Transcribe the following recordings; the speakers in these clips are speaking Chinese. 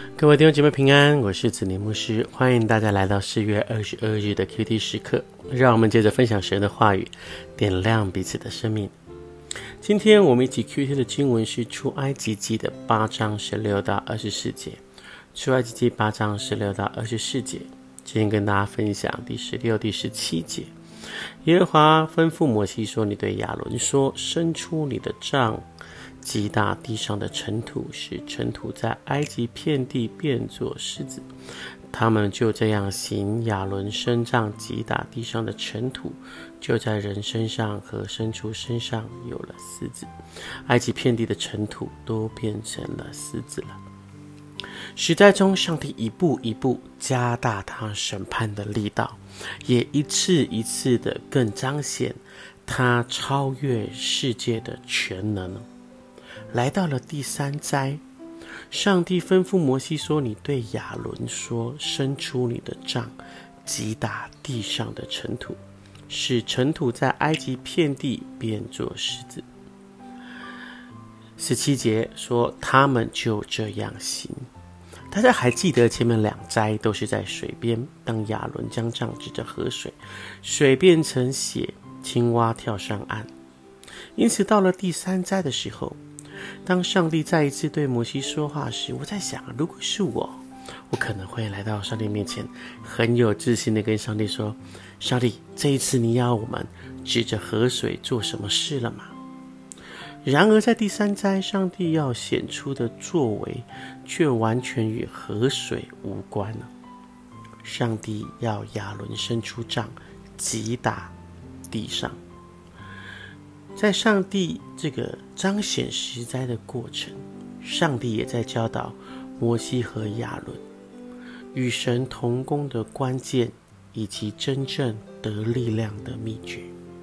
各位弟兄姐妹平安，我是子年牧师，欢迎大家来到4月22日的 QT 时刻，让我们接着分享神的话语，点亮彼此的生命。今天我们一起 QT 的经文是出埃及记的8章16到24节。出埃及记8章16到24节，今天跟大家分享第16、第17节。耶和华吩咐摩西说：“你对亚伦说，伸出你的杖，击打地上的尘土，使尘土在埃及遍地变作狮子。”他们就这样行。亚伦伸杖击打地上的尘土，就在人身上和牲畜身上有了狮子。埃及遍地的尘土都变成了狮子了。时代中，上帝一步一步加大他审判的力道，也一次一次的更彰显他超越世界的全能。来到了第3灾，上帝吩咐摩西说：“你对亚伦说，伸出你的杖，击打地上的尘土，使尘土在埃及遍地变作狮子。”17节说：“他们就这样行。”大家还记得前面2灾都是在水边，当亚伦将杖指着河水，水变成血，青蛙跳上岸。因此到了第3灾的时候，当上帝再一次对摩西说话时，我在想，如果是我可能会来到上帝面前，很有自信的跟上帝说：“上帝，这一次你要我们指着河水做什么事了吗？”然而在第3灾，上帝要显出的作为却完全与河水无关了。上帝要亚伦伸出杖击打地上。在上帝这个彰显实灾的过程，上帝也在教导摩西和亚伦与神同工的关键，以及真正得力量的秘诀。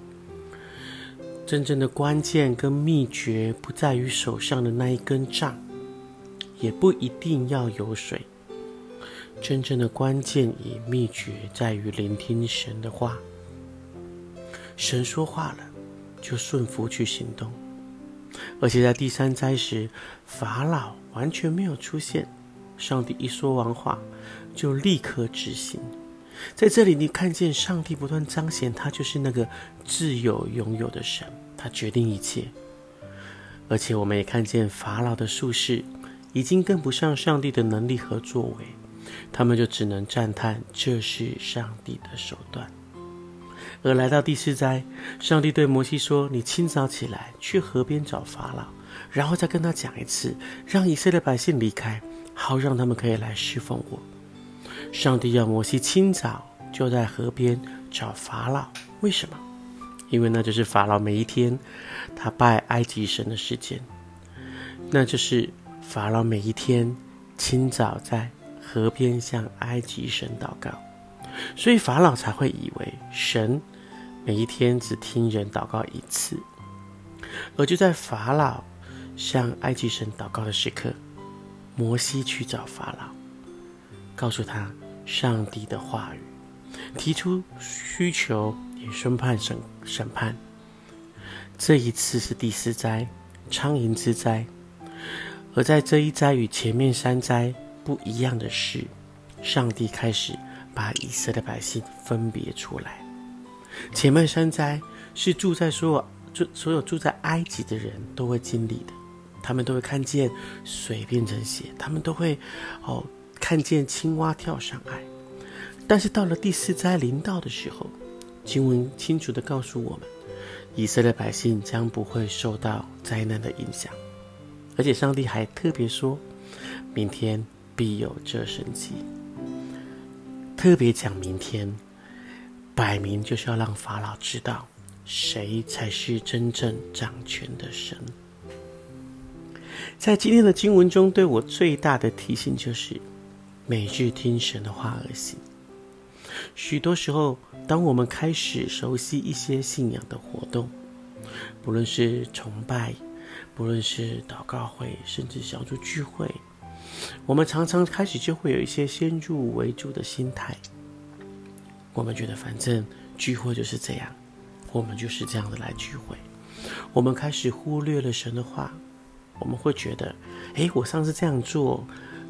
真正的关键跟秘诀不在于手上的那一根杖，也不一定要有水。真正的关键与秘诀在于聆听神的话。神说话了，就顺服去行动。而且在第3灾时，法老完全没有出现，上帝一说完话就立刻执行。在这里你看见上帝不断彰显他就是那个自有拥有的神，他决定一切。而且我们也看见法老的术士已经跟不上上帝的能力和作为，他们就只能赞叹这是上帝的手段。而来到第4灾，上帝对摩西说：“你清早起来，去河边找法老，然后再跟他讲一次，让以色列百姓离开，好让他们可以来侍奉我。”上帝要摩西清早就在河边找法老，为什么？因为那就是法老每一天他拜埃及神的时间，那就是法老每一天清早在河边向埃及神祷告。所以法老才会以为神每一天只听人祷告一次。而就在法老向埃及神祷告的时刻，摩西去找法老，告诉他上帝的话语，提出需求，也宣判审判。这一次是第4灾，苍蝇之灾。而在这一灾与前面3灾不一样的是，上帝开始把以色列百姓分别出来。前面3灾是所有住在埃及的人都会经历的，他们都会看见水变成血，他们都会看见青蛙跳上岸。但是到了第4灾临到的时候，经文清楚地告诉我们，以色列百姓将不会受到灾难的影响。而且上帝还特别说，明天必有这神迹。特别讲明天，摆明就是要让法老知道谁才是真正掌权的神。在今天的经文中，对我最大的提醒就是每日听神的话而行。许多时候，当我们开始熟悉一些信仰的活动，不论是崇拜，不论是祷告会，甚至小组聚会，我们常常开始就会有一些先入为主的心态。我们觉得反正聚会就是这样，我们就是这样的来聚会。我们开始忽略了神的话，我们会觉得我上次这样做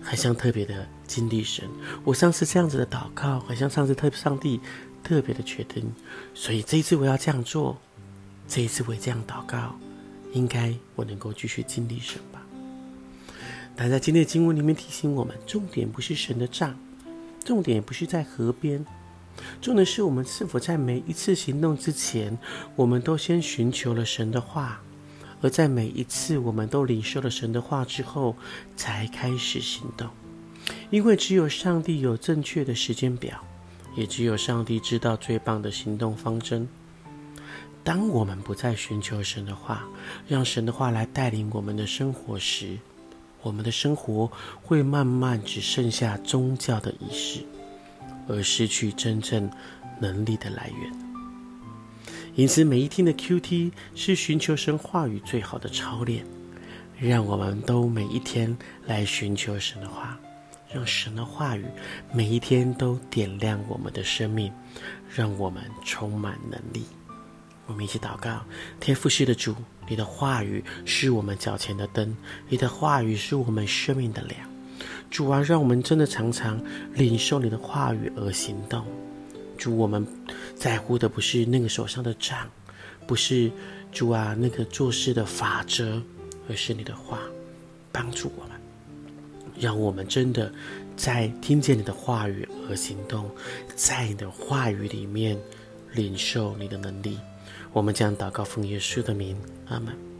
好像特别的经历神。我上次这样子的祷告，好像上次上帝特别的觉得，所以这一次我要这样做，这一次我也这样祷告，应该我能够继续经历神吧。但在今天的经文里面提醒我们，重点不是神的杖，重点也不是在河边，重点是我们是否在每一次行动之前，我们都先寻求了神的话，而在每一次我们都领受了神的话之后，才开始行动。因为只有上帝有正确的时间表，也只有上帝知道最棒的行动方针。当我们不再寻求神的话，让神的话来带领我们的生活时，我们的生活会慢慢只剩下宗教的仪式，而失去真正能力的来源。因此每一天的 QT 是寻求神话语最好的操练，让我们都每一天来寻求神的话，让神的话语每一天都点亮我们的生命，让我们充满能力。我们一起祷告。天父是的主，你的话语是我们脚前的灯，你的话语是我们生命的粮。主啊，让我们真的常常领受你的话语而行动。主，我们在乎的不是那个手上的杖，不是主啊那个做事的法则，而是你的话帮助我们，让我们真的在听见你的话语而行动，在你的话语里面领受你的能力。我们将祷告奉耶稣的名，阿们。